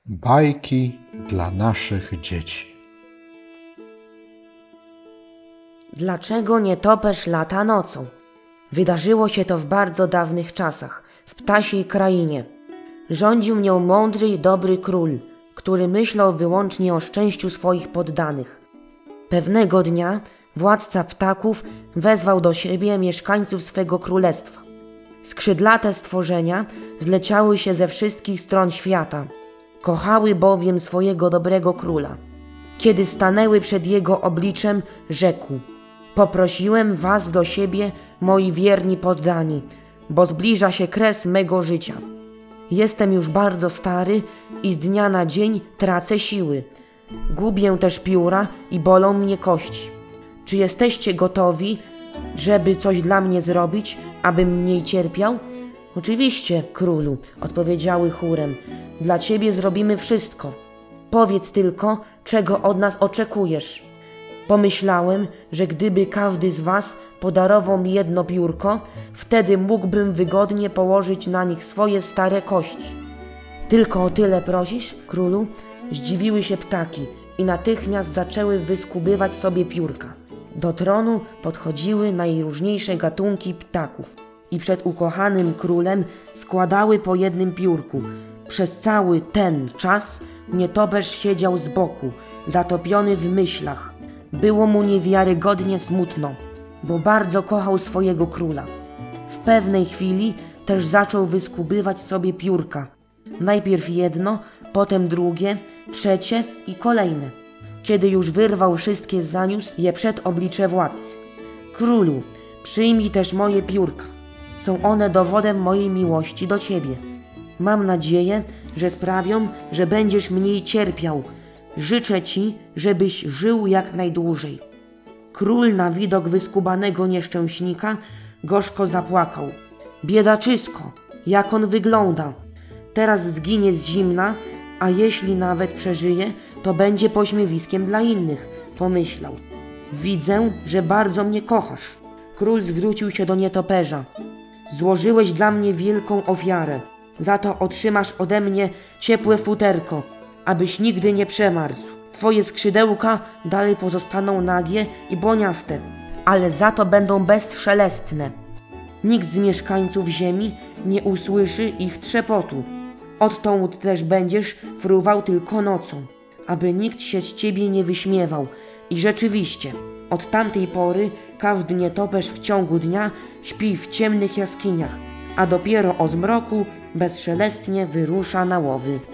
Bajki dla naszych dzieci. Dlaczego nietoperz lata nocą? Wydarzyło się to w bardzo dawnych czasach, w ptasiej krainie. Rządził nią mądry i dobry król, który myślał wyłącznie o szczęściu swoich poddanych. Pewnego dnia władca ptaków wezwał do siebie mieszkańców swego królestwa. Skrzydlate stworzenia zleciały się ze wszystkich stron świata. Kochały bowiem swojego dobrego króla. Kiedy stanęły przed jego obliczem, rzekł: poprosiłem was do siebie, moi wierni poddani, bo zbliża się kres mego życia. Jestem już bardzo stary i z dnia na dzień tracę siły. Gubię też pióra i bolą mnie kości. Czy jesteście gotowi, żeby coś dla mnie zrobić, abym mniej cierpiał? Oczywiście, królu, odpowiedziały chórem. Dla ciebie zrobimy wszystko. Powiedz tylko, czego od nas oczekujesz. Pomyślałem, że gdyby każdy z was podarował mi jedno piórko, wtedy mógłbym wygodnie położyć na nich swoje stare kości. Tylko o tyle prosisz, królu? Zdziwiły się ptaki i natychmiast zaczęły wyskubywać sobie piórka. Do tronu podchodziły najróżniejsze gatunki ptaków i przed ukochanym królem składały po jednym piórku. Przez cały ten czas nietoperz siedział z boku, zatopiony w myślach. Było mu niewiarygodnie smutno, bo bardzo kochał swojego króla. W pewnej chwili też zaczął wyskubywać sobie piórka. Najpierw jedno, potem drugie, trzecie i kolejne. Kiedy już wyrwał wszystkie, zaniósł je przed oblicze władcy. Królu, przyjmij też moje piórka. Są one dowodem mojej miłości do ciebie. Mam nadzieję, że sprawią, że będziesz mniej cierpiał. Życzę ci, żebyś żył jak najdłużej. Król na widok wyskubanego nieszczęśnika gorzko zapłakał. Biedaczysko, jak on wygląda. Teraz zginie z zimna, a jeśli nawet przeżyje, to będzie pośmiewiskiem dla innych, pomyślał. Widzę, że bardzo mnie kochasz. Król zwrócił się do nietoperza. Złożyłeś dla mnie wielką ofiarę. Za to otrzymasz ode mnie ciepłe futerko, abyś nigdy nie przemarzł. Twoje skrzydełka dalej pozostaną nagie i błoniaste, ale za to będą bezszelestne. Nikt z mieszkańców ziemi nie usłyszy ich trzepotu. Odtąd też będziesz fruwał tylko nocą, aby nikt się z ciebie nie wyśmiewał. I rzeczywiście, od tamtej pory każdy nietoperz w ciągu dnia śpi w ciemnych jaskiniach, a dopiero o zmroku bezszelestnie wyrusza na łowy.